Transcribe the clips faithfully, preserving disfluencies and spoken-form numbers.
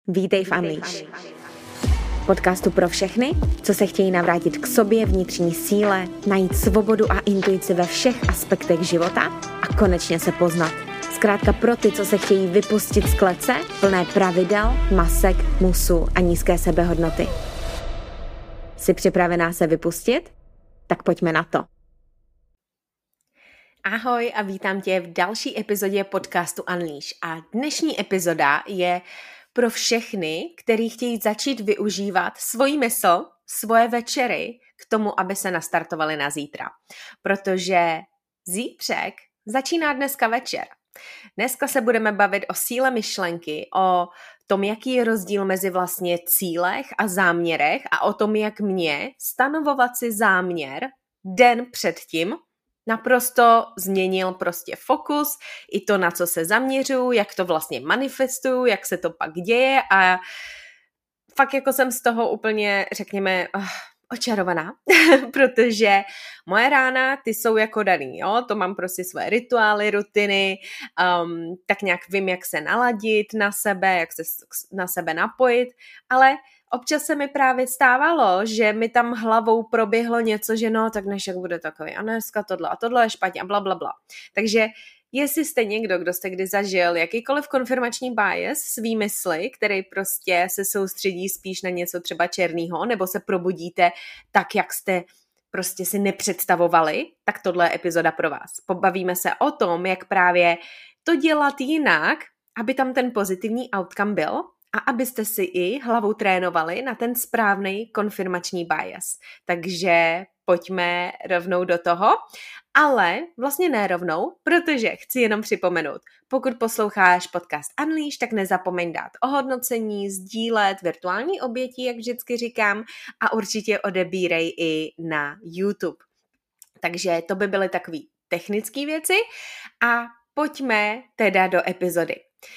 Vítej v Unleash. Podcastu pro všechny, co se chtějí navrátit k sobě, vnitřní síle, najít svobodu a intuici ve všech aspektech života a konečně se poznat. Zkrátka pro ty, co se chtějí vypustit z klece, plné pravidel, masek, musu a nízké sebehodnoty. Jsi připravená se vypustit? Tak pojďme na to. Ahoj a vítám tě v další epizodě podcastu Unleash. A dnešní epizoda je pro všechny, kteří chtějí začít využívat svoji mysl, svoje večery k tomu, aby se nastartovali na zítra. Protože zítřek začíná dneska večer. Dneska se budeme bavit o síle myšlenky, o tom, jaký je rozdíl mezi vlastně cílech a záměrech a o tom, jak mě stanovovat si záměr den předtím naprosto změnil prostě fokus, i to, na co se zaměřuju, jak to vlastně manifestuju, jak se to pak děje a fakt jako jsem z toho úplně, řekněme, oh, očarovaná, protože moje rána, ty jsou jako daný, jo, to mám prostě své rituály, rutiny, um, tak nějak vím, jak se naladit na sebe, jak se na sebe napojit, ale občas se mi právě stávalo, že mi tam hlavou proběhlo něco, že no, tak dnešek bude takový a dneska tohle a tohle je špatně a bla, bla, bla. Takže jestli jste někdo, kdo jste kdy zažil jakýkoliv konfirmační bias svý mysli, který prostě se soustředí spíš na něco třeba černýho, nebo se probudíte tak, jak jste prostě si nepředstavovali, tak tohle je epizoda pro vás. Pobavíme se o tom, jak právě to dělat jinak, aby tam ten pozitivní outcome byl, a abyste si i hlavou trénovali na ten správný konfirmační bias. Takže pojďme rovnou do toho, ale vlastně ne rovnou, protože chci jenom připomenout, pokud posloucháš podcast Unleash, tak nezapomeň dát ohodnocení, sdílet virtuální oběti, jak vždycky říkám, a určitě odebírej i na YouTube. Takže to by byly takové technické věci a pojďme teda do epizody.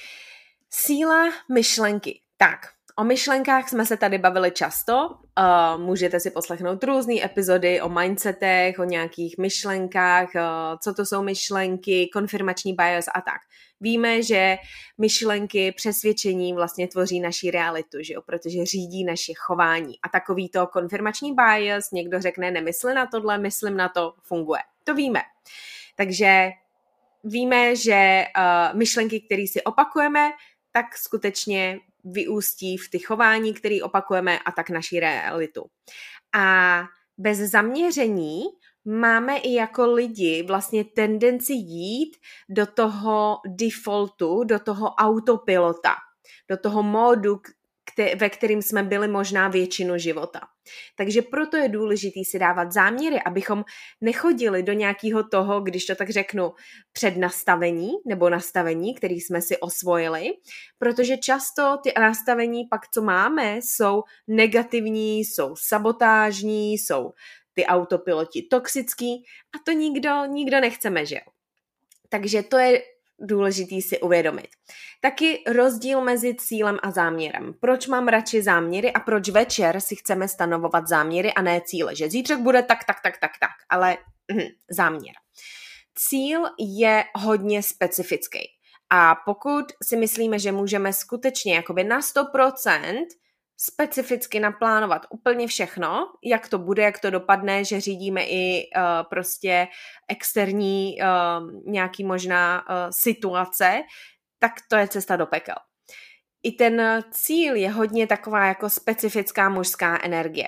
Síla myšlenky. Tak, o myšlenkách jsme se tady bavili často. Uh, můžete si poslechnout různé epizody o mindsetech, o nějakých myšlenkách, uh, co to jsou myšlenky, konfirmační bias a tak. Víme, že myšlenky, přesvědčení vlastně tvoří naši realitu, že jo? Protože řídí naše chování. A takový to konfirmační bias, někdo řekne, nemysli na tohle, myslím na to, funguje. To víme. Takže víme, že uh, myšlenky, které si opakujeme, tak skutečně vyústí v ty chování, které opakujeme a tak naši realitu. A bez zaměření máme i jako lidi vlastně tendenci jít do toho defaultu, do toho autopilota, do toho módu, ve kterým jsme byli možná většinu života. Takže proto je důležité si dávat záměry, abychom nechodili do nějakého toho, když to tak řeknu, přednastavení nebo nastavení, který jsme si osvojili, protože často ty nastavení pak, co máme, jsou negativní, jsou sabotážní, jsou ty autopiloti toxický a to nikdo, nikdo nechceme, že jo. Takže to je důležitý si uvědomit. Taky rozdíl mezi cílem a záměrem. Proč mám radši záměry a proč večer si chceme stanovovat záměry a ne cíle. Že zítřek bude tak, tak, tak, tak, tak, ale hm, záměr. Cíl je hodně specifický. A pokud si myslíme, že můžeme skutečně jakoby na sto procent specificky naplánovat úplně všechno, jak to bude, jak to dopadne, že řídíme i uh, prostě externí uh, nějaký možná uh, situace, tak to je cesta do pekel. I ten cíl je hodně taková jako specifická mužská energie.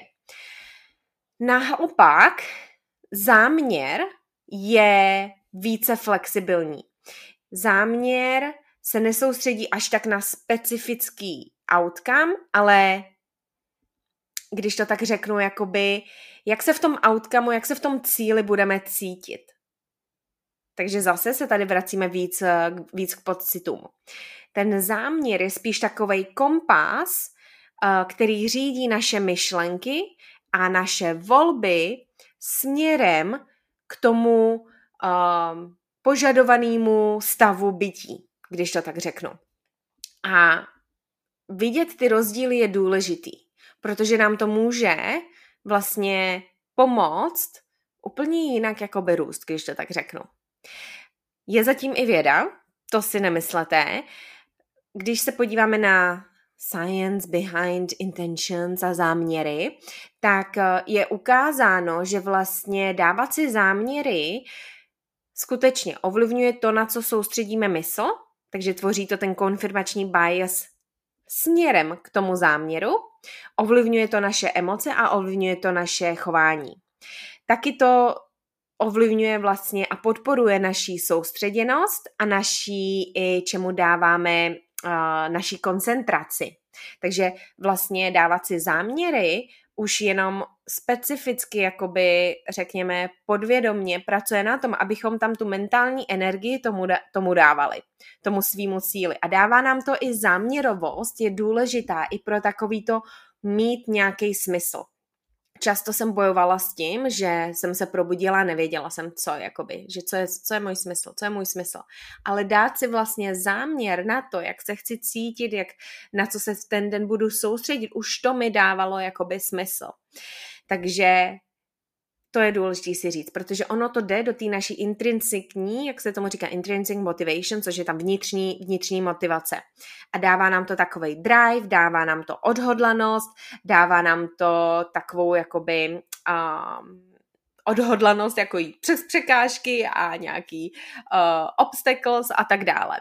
Naopak záměr je více flexibilní. Záměr se nesoustředí až tak na specifický outcome, ale když to tak řeknu, jakoby, jak se v tom outcomeu, jak se v tom cíli budeme cítit. Takže zase se tady vracíme víc, víc k pocitům. Ten záměr je spíš takovej kompas, který řídí naše myšlenky a naše volby směrem k tomu um, požadovanému stavu bytí, když to tak řeknu. A vidět ty rozdíly je důležitý, protože nám to může vlastně pomoct úplně jinak jakoby růst, když to tak řeknu. Je zatím i věda, to si nemyslete. Když se podíváme na science behind intentions a záměry, tak je ukázáno, že vlastně dávat si záměry skutečně ovlivňuje to, na co soustředíme mysl, takže tvoří to ten konfirmační bias směrem k tomu záměru, ovlivňuje to naše emoce a ovlivňuje to naše chování. Taky to ovlivňuje vlastně a podporuje naší soustředěnost a naší, i čemu dáváme uh, naší koncentraci. Takže vlastně dávat si záměry už jenom specificky, jakoby řekněme podvědomně pracuje na tom, abychom tam tu mentální energii tomu, da- tomu dávali, tomu svýmu cíli. A dává nám to i záměrovost, je důležitá i pro takovýto mít nějaký smysl. Často jsem bojovala s tím, že jsem se probudila a nevěděla jsem, co, jakoby, že co je, co je můj smysl, co je můj smysl. Ale dát si vlastně záměr na to, jak se chci cítit, jak, na co se v ten den budu soustředit, už to mi dávalo jakoby smysl. Takže to je důležité si říct, protože ono to jde do té naší intrinsikní, jak se tomu říká, intrinsic motivation, což je tam vnitřní, vnitřní motivace. A dává nám to takovej drive, dává nám to odhodlanost, dává nám to takovou jakoby um, odhodlanost, jako jít přes překážky a nějaký uh, obstacles a tak dále.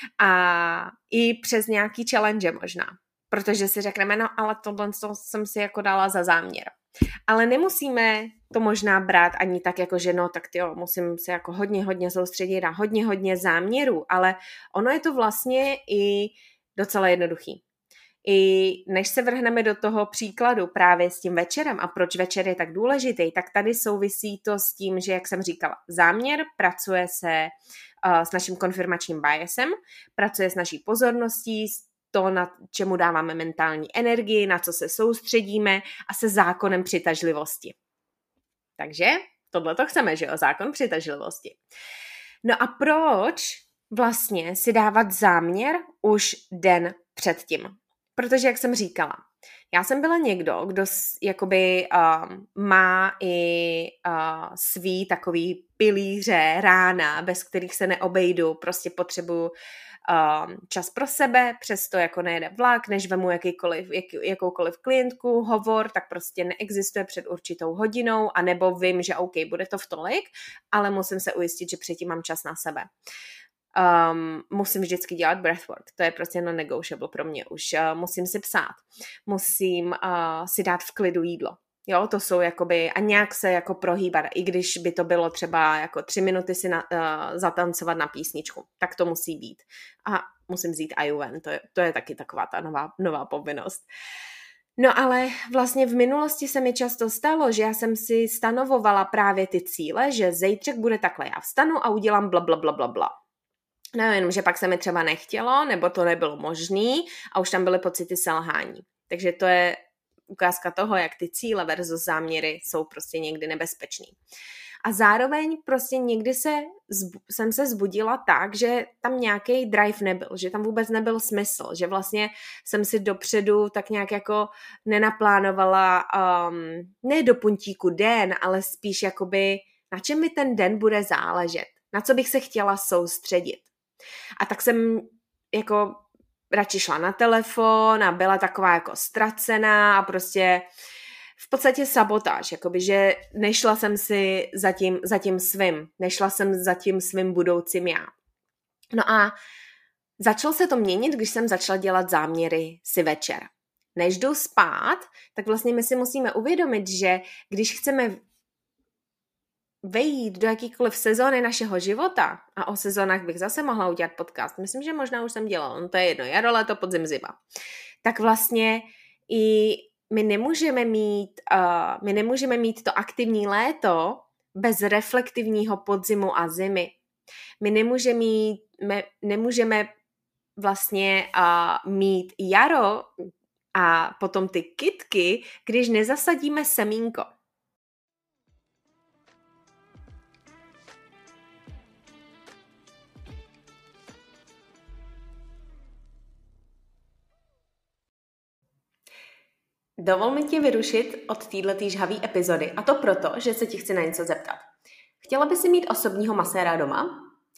A i přes nějaký challenge možná, protože si řekneme, no ale tohle jsem si jako dala za záměr. Ale nemusíme to možná brát ani tak jako, že no tak jo, musím se jako hodně, hodně soustředit na hodně, hodně záměrů, ale ono je to vlastně i docela jednoduchý. I než se vrhneme do toho příkladu právě s tím večerem a proč večer je tak důležitý, tak tady souvisí to s tím, že jak jsem říkala, záměr pracuje se uh, s naším konfirmačním biasem, pracuje s naší pozorností, to, na čemu dáváme mentální energii, na co se soustředíme a se zákonem přitažlivosti. Takže tohle to chceme, že jo? Zákon přitažlivosti. No a proč vlastně si dávat záměr už den předtím? Protože, jak jsem říkala, já jsem byla někdo, kdo jakoby uh, má i uh, svý takový pilíře rána, bez kterých se neobejdu, prostě potřebuju uh, čas pro sebe, přesto jako nejede vlak, než vemu jakýkoliv, jak, jakoukoliv klientku, hovor, tak prostě neexistuje před určitou hodinou, anebo vím, že OK, bude to v tolik, ale musím se ujistit, že předtím mám čas na sebe. Um, musím vždycky dělat breathwork, to je prostě non-negotiable pro mě už. Uh, musím si psát, musím uh, si dát v klidu jídlo. Jo, to jsou jakoby, a nějak se jako prohýbat, i když by to bylo třeba jako tři minuty si na, uh, zatancovat na písničku, tak to musí být. A musím vzít I U N, to je, to je taky taková ta nová, nová povinnost. No ale vlastně v minulosti se mi často stalo, že já jsem si stanovovala právě ty cíle, že zítřek bude takhle, já vstanu a udělám bla bla bla bla bla. No jenom, že pak se mi třeba nechtělo, nebo to nebylo možný a už tam byly pocity selhání. Takže to je ukázka toho, jak ty cíle versus záměry jsou prostě někdy nebezpečný. A zároveň prostě někdy se, jsem se zbudila tak, že tam nějaký drive nebyl, že tam vůbec nebyl smysl, že vlastně jsem si dopředu tak nějak jako nenaplánovala um, ne do puntíku den, ale spíš jakoby na čem mi ten den bude záležet, na co bych se chtěla soustředit. A tak jsem jako radši šla na telefon a byla taková jako ztracená a prostě v podstatě sabotáž, jakoby, že nešla jsem si za tím, za tím svým, nešla jsem za tím svým budoucím já. No a začalo se to měnit, když jsem začala dělat záměry si večer. Než jdu spát, tak vlastně my si musíme uvědomit, že když chceme vejít do jakýkoliv sezóny našeho života, a o sezónách bych zase mohla udělat podcast, myslím, že možná už jsem dělala, no to je jedno, jaro, léto, podzim, zima, tak vlastně i my nemůžeme mít, uh, my nemůžeme mít to aktivní léto bez reflektivního podzimu a zimy. My nemůžeme mít, my nemůžeme vlastně uh, mít jaro a potom ty kytky, když nezasadíme semínko. Dovol mi tě vyrušit od této žhavé epizody, a to proto, že se ti chci na něco zeptat. Chtěla by si mít osobního maséra doma?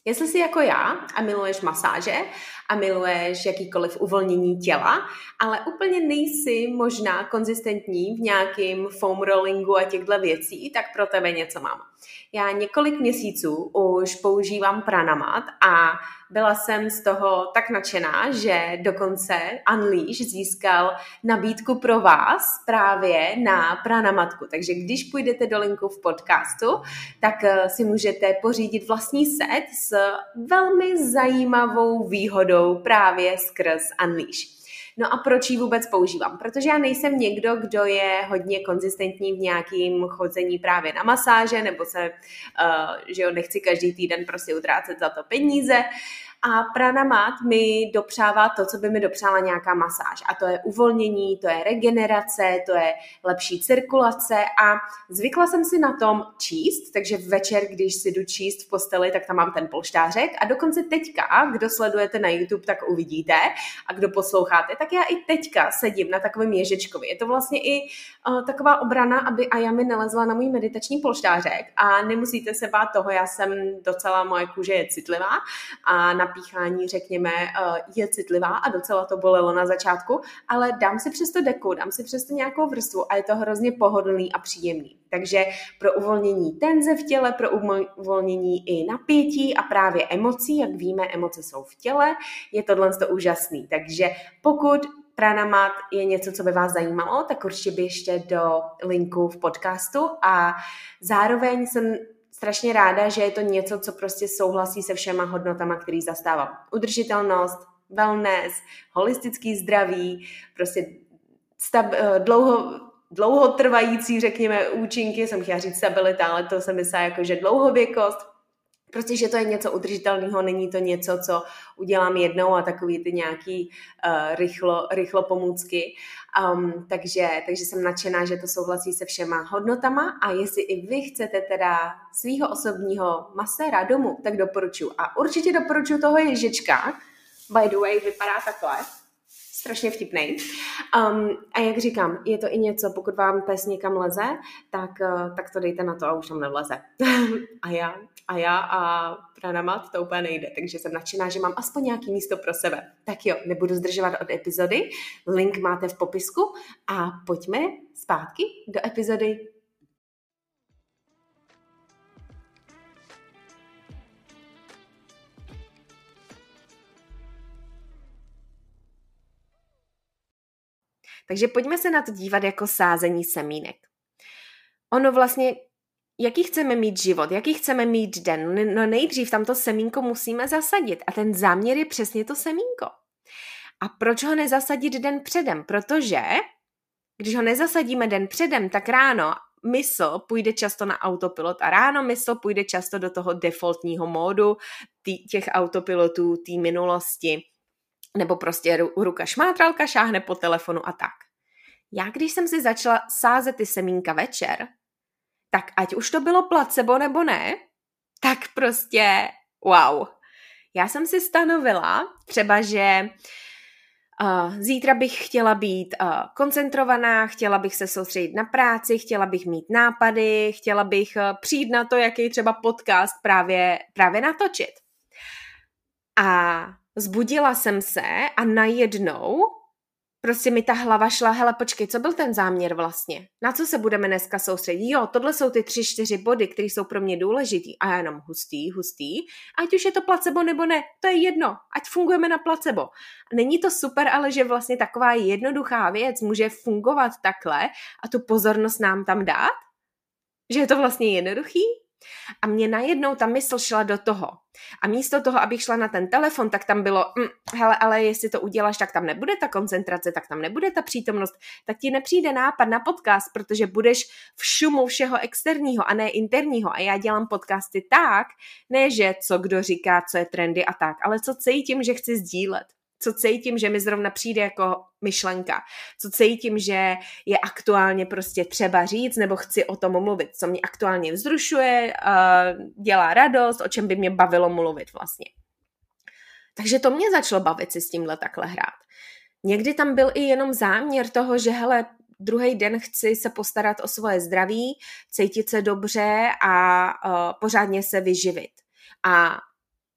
Jestli jsi jako já a miluješ masáže a miluješ jakýkoliv uvolnění těla, ale úplně nejsi možná konzistentní v nějakým foam rollingu a těchto věcí, tak pro tebe něco mám. Já několik měsíců už používám Pranamat a byla jsem z toho tak nadšená, že dokonce Unleash získal nabídku pro vás právě na Pranamatku. Takže když půjdete do linku v podcastu, tak si můžete pořídit vlastní set s velmi zajímavou výhodou právě skrz Unleash. No a proč ji vůbec používám? Protože já nejsem někdo, kdo je hodně konzistentní v nějakým chodzení právě na masáže, nebo se, uh, že jo, nechci každý týden prostě utrácet za to peníze. A Pranamat mi dopřává to, co by mi dopřála nějaká masáž. A to je uvolnění, to je regenerace, to je lepší cirkulace a zvykla jsem si na tom číst, takže večer, když si jdu číst v posteli, tak tam mám ten polštářek a dokonce teďka, kdo sledujete na YouTube, tak uvidíte a kdo posloucháte, tak já i teďka sedím na takovém ježičkovi. Je to vlastně i uh, taková obrana, aby Aja mi nelezla na můj meditační polštářek a nemusíte se bát toho, já jsem docela, moje kůže je citlivá a na píchání, řekněme, je citlivá a docela to bolelo na začátku, ale dám si přesto deku, dám si přesto nějakou vrstvu a je to hrozně pohodlný a příjemný. Takže pro uvolnění tenze v těle, pro uvolnění i napětí a právě emocí, jak víme, emoce jsou v těle, je tohle to úžasný. Takže pokud Pranamat je něco, co by vás zajímalo, tak určitě běžte do linku v podcastu a zároveň jsem strašně ráda, že je to něco, co prostě souhlasí se všema hodnotama, který zastávám. Udržitelnost, wellness, holistický zdraví, prostě stab, dlouho, dlouhotrvající, řekněme, účinky, jsem chtěla říct stabilita, ale to jsem myslela jako, že dlouhověkost, prostě, že to je něco udržitelného, není to něco, co udělám jednou a takový ty nějaký uh, rychlo, rychlo pomůcky. Um, takže, takže jsem nadšená, že to souhlasí se všema hodnotama a jestli i vy chcete teda svýho osobního maséra domů, tak doporučuji. A určitě doporučuji toho ježička. By the way, vypadá takhle. Strašně vtipnej. Um, a jak říkám, je to i něco, pokud vám pes někam leze, tak, uh, tak to dejte na to a už tam nevleze. a já, a já a Pranamat to úplně nejde, takže jsem nadšená, že mám aspoň nějaký místo pro sebe. Tak jo, nebudu zdržovat od epizody, link máte v popisku a pojďme zpátky do epizody. Takže pojďme se na to dívat jako sázení semínek. Ono vlastně, jaký chceme mít život, jaký chceme mít den, no nejdřív tam to semínko musíme zasadit a ten záměr je přesně to semínko. A proč ho nezasadit den předem? Protože když ho nezasadíme den předem, tak ráno mysl půjde často na autopilot a ráno mysl půjde často do toho defaultního módu těch autopilotů, té minulosti, nebo prostě ruka šmátralka šáhne po telefonu a tak. Já když jsem si začala sázet ty semínka večer, tak ať už to bylo placebo nebo ne, tak prostě wow. Já jsem si stanovila třeba, že uh, zítra bych chtěla být uh, koncentrovaná, chtěla bych se soustředit na práci, chtěla bych mít nápady, chtěla bych uh, přijít na to, jaký třeba podcast právě, právě natočit. A zbudila jsem se a najednou prostě mi ta hlava šla, hele počkej, co byl ten záměr vlastně? Na co se budeme dneska soustředit? Jo, tohle jsou ty tři, čtyři body, které jsou pro mě důležitý. A já jenom hustý, hustý. Ať už je to placebo nebo ne, to je jedno. Ať fungujeme na placebo. Není to super, ale že vlastně taková jednoduchá věc může fungovat takhle a tu pozornost nám tam dát? Že je to vlastně jednoduchý? A mě najednou ta mysl šla do toho. A místo toho, abych šla na ten telefon, tak tam bylo, mm, hele, ale jestli to uděláš, tak tam nebude ta koncentrace, tak tam nebude ta přítomnost, tak ti nepřijde nápad na podcast, protože budeš v šumu všeho externího a ne interního. A já dělám podcasty tak, ne že co kdo říká, co je trendy a tak, ale co cítím, že chci sdílet. Co cítím, že mi zrovna přijde jako myšlenka. Co cítím, že je aktuálně prostě třeba říct, nebo chci o tom mluvit. Co mě aktuálně vzrušuje, dělá radost, o čem by mě bavilo mluvit vlastně. Takže to mě začalo bavit si s tímhle takhle hrát. Někdy tam byl i jenom záměr toho, že hele, druhý den chci se postarat o svoje zdraví, cítit se dobře a uh, pořádně se vyživit. A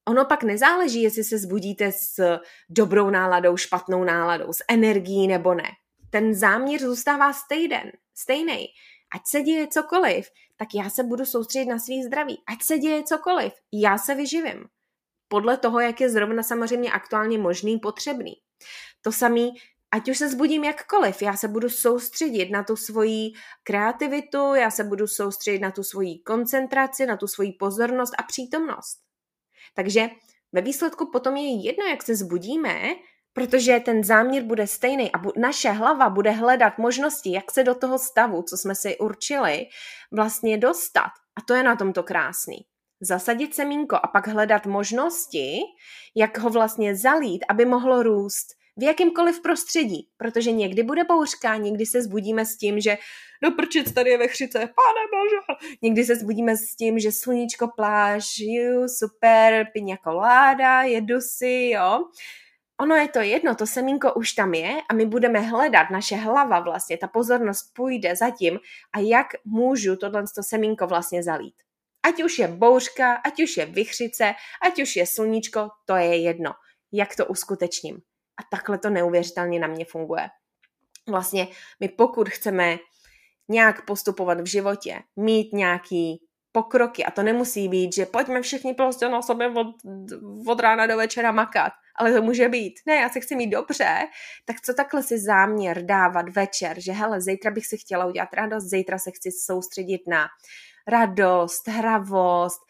Ono pak nezáleží, jestli se zbudíte s dobrou náladou, špatnou náladou, s energií nebo ne. Ten záměr zůstává stejný, stejný. Ať se děje cokoliv, tak já se budu soustředit na svý zdraví. Ať se děje cokoliv, já se vyživím. Podle toho, jak je zrovna samozřejmě aktuálně možný, potřebný. To samé, ať už se zbudím jakkoliv, já se budu soustředit na tu svoji kreativitu, já se budu soustředit na tu svoji koncentraci, na tu svoji pozornost a přítomnost. Takže ve výsledku potom je jedno, jak se zbudíme, protože ten záměr bude stejný a bu- naše hlava bude hledat možnosti, jak se do toho stavu, co jsme si určili, vlastně dostat. A to je na tomto krásný. Zasadit semínko a pak hledat možnosti, jak ho vlastně zalít, aby mohlo růst v jakýmkoliv prostředí, protože někdy bude bouřka, někdy se zbudíme s tím, že no prčic, tady je vechřice, pane bože. Někdy se zbudíme s tím, že sluníčko, pláž, ju, super, piña colada, jedu si, jo. Ono je to jedno, to semínko už tam je a my budeme hledat, naše hlava vlastně, ta pozornost půjde za tím a jak můžu tohle semínko vlastně zalít. Ať už je bouřka, ať už je vichřice, ať už je sluníčko, to je jedno. Jak to uskutečním. A takhle to neuvěřitelně na mě funguje. Vlastně my pokud chceme nějak postupovat v životě, mít nějaký pokroky, a to nemusí být, že pojďme všichni prostě na sobě od, od rána do večera makat, ale to může být, ne, já se chci mít dobře, tak co takhle si záměr dávat večer, že hele, zítra bych si chtěla udělat radost, zítra se chci soustředit na radost, hravost,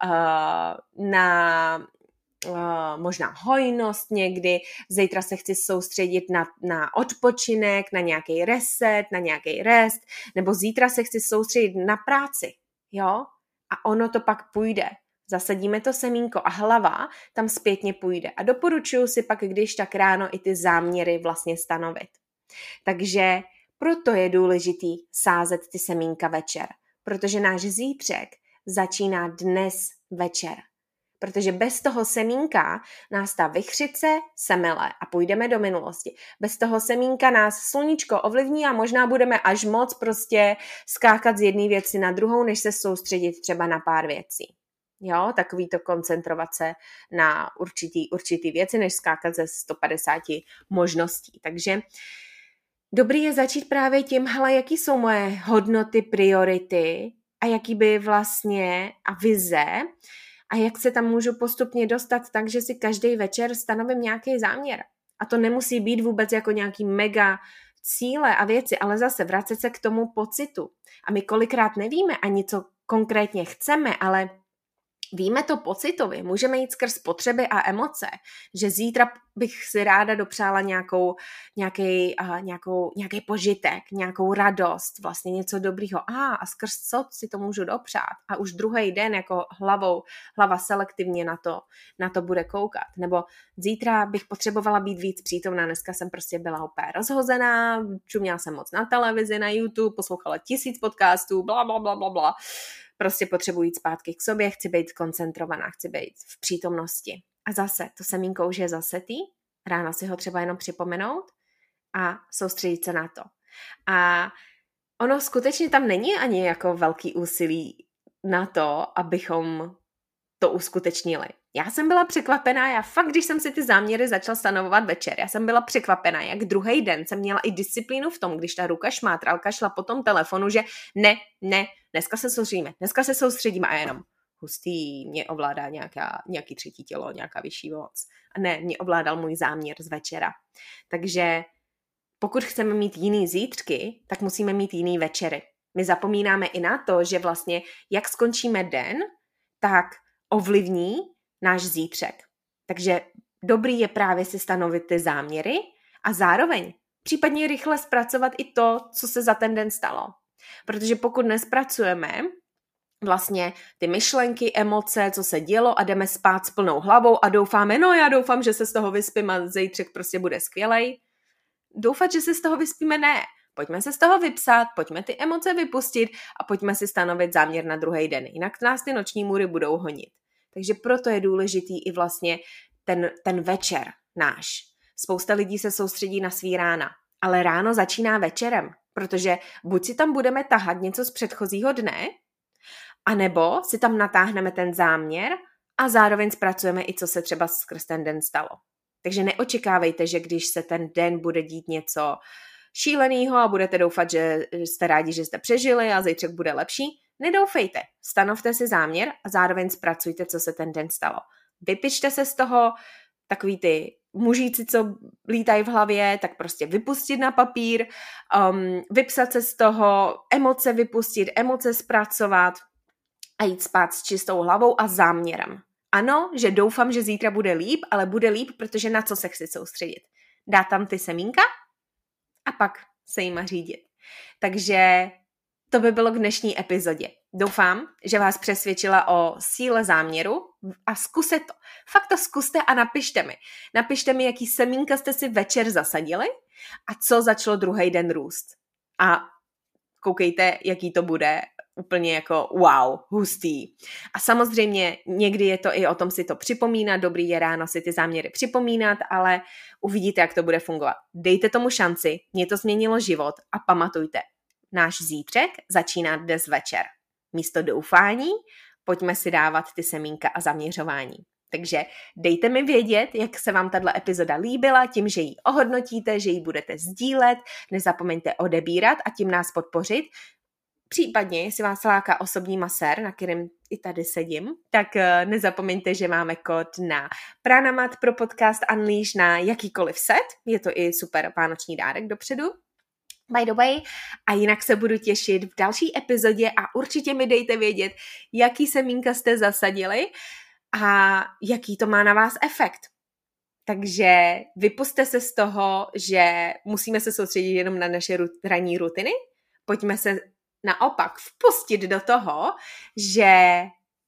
uh, na Uh, možná hojnost někdy, zítra se chci soustředit na, na odpočinek, na nějaký reset, na nějaký rest, nebo zítra se chci soustředit na práci, jo? A ono to pak půjde. Zasadíme to semínko a hlava tam zpětně půjde. A doporučuji si pak, když tak ráno i ty záměry vlastně stanovit. Takže proto je důležitý sázet ty semínka večer, protože náš zítřek začíná dnes večer. Protože bez toho semínka nás ta vichřice semele a půjdeme do minulosti. Bez toho semínka nás sluníčko ovlivní a možná budeme až moc prostě skákat z jedné věci na druhou, než se soustředit třeba na pár věcí. Jo, takový to koncentrovat se na určitý, určitý věci, než skákat ze sto padesát možností. Takže dobrý je začít právě tím, hele, jaký jsou moje hodnoty, priority a jaký by vlastně a vize, a jak se tam můžu postupně dostat tak, že si každý večer stanovím nějaký záměr. A to nemusí být vůbec jako nějaký mega cíle a věci, ale zase vracet se k tomu pocitu. A my kolikrát nevíme ani, co konkrétně chceme, ale víme to pocitově, můžeme jít skrz potřeby a emoce, že zítra bych si ráda dopřála nějakou, nějaký, uh, nějakou, nějaký požitek, nějakou radost, vlastně něco dobrýho. A, a skrz co si to můžu dopřát? A už druhý den jako hlavou, hlava selektivně na to, na to bude koukat. Nebo zítra bych potřebovala být víc přítomná, dneska jsem prostě byla úplně rozhozená, čuměla jsem moc na televizi, na YouTube, poslouchala tisíc podcastů, bla, bla, bla, bla, bla. Prostě potřebuji jít zpátky k sobě, chci být koncentrovaná, chci být v přítomnosti. A zase, to semínko už je zasetý, ráno si ho třeba jenom připomenout a soustředit se na to. A ono skutečně tam není ani jako velký úsilí na to, abychom to uskutečnili. Já jsem byla překvapená, já fakt, když jsem si ty záměry začala stanovovat večer, já jsem byla překvapená, jak druhý den jsem měla i disciplínu v tom, když ta ruka šmátralka šla po tom telefonu, že ne, ne, dneska se soustředíme, dneska se soustředíme a jenom hustý, mě ovládá nějaká, nějaký třetí tělo, nějaká vyšší moc. A ne, mě ovládal můj záměr z večera. Takže pokud chceme mít jiný zítřky, tak musíme mít jiný večery. My zapomínáme i na to, že vlastně jak skončíme den, tak ovlivní náš zítřek. Takže dobrý je právě si stanovit ty záměry a zároveň případně rychle zpracovat i to, co se za ten den stalo. Protože pokud nespracujeme vlastně ty myšlenky, emoce, co se dělo a jdeme spát s plnou hlavou a doufáme, no já doufám, že se z toho vyspím a zítřek prostě bude skvělej. Doufat, že se z toho vyspíme, ne. Pojďme se z toho vypsat, pojďme ty emoce vypustit a pojďme si stanovit záměr na druhý den. Jinak nás ty noční můry budou honit. Takže proto je důležitý i vlastně ten, ten večer náš. Spousta lidí se soustředí na svý rána, ale ráno začíná večerem, protože buď si tam budeme tahat něco z předchozího dne, anebo si tam natáhneme ten záměr a zároveň zpracujeme i, co se třeba skrz ten den stalo. Takže neočekávejte, že když se ten den bude dít něco šílenýho a budete doufat, že jste rádi, že jste přežili a zítřek bude lepší, nedoufejte. Stanovte si záměr a zároveň zpracujte, co se ten den stalo. Vypište se z toho takový ty mužíci, co lítají v hlavě, tak prostě vypustit na papír, um, vypsat se z toho, emoce vypustit, emoce zpracovat a jít spát s čistou hlavou a záměrem. Ano, že doufám, že zítra bude líp, ale bude líp, protože na co se chci soustředit. Dá tam ty semínka a pak se jima řídit. Takže to by bylo k dnešní epizodě. Doufám, že vás přesvědčila o síle záměru a zkuste to. Fakt to zkuste a napište mi. Napište mi, jaký semínka jste si večer zasadili a co začalo druhý den růst. A koukejte, jaký to bude úplně jako wow, hustý. A samozřejmě někdy je to i o tom si to připomínat, dobrý je ráno si ty záměry připomínat, ale uvidíte, jak to bude fungovat. Dejte tomu šanci, mě to změnilo život a pamatujte, náš zítřek začíná dnes večer. Místo doufání pojďme si dávat ty semínka a zaměřování. Takže dejte mi vědět, jak se vám tato epizoda líbila, tím, že ji ohodnotíte, že ji budete sdílet, nezapomeňte odebírat a tím nás podpořit. Případně, jestli vás láká osobní masér, na kterém i tady sedím, tak nezapomeňte, že máme kód na Pranamat pro podcast Unleash na jakýkoliv set. Je to i super vánoční dárek dopředu. By the way, a jinak se budu těšit v další epizodě a určitě mi dejte vědět, jaký semínka jste zasadili a jaký to má na vás efekt. Takže vypuste se z toho, že musíme se soustředit jenom na naše ranní rutiny. Pojďme se naopak vpustit do toho, že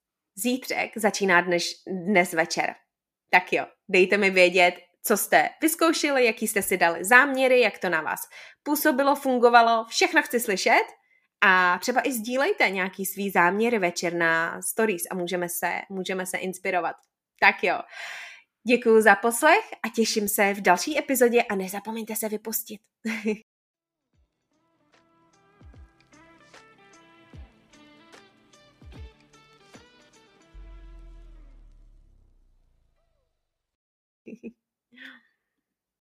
zítřek začíná dnes, dnes večer. Tak jo, dejte mi vědět, co jste vyzkoušeli, jaký jste si dali záměry, jak to na vás působilo, fungovalo, všechno chci slyšet a třeba i sdílejte nějaký svý záměry večer na stories a můžeme se, můžeme se inspirovat. Tak jo, děkuju za poslech a těším se v další epizodě a nezapomeňte se vypustit.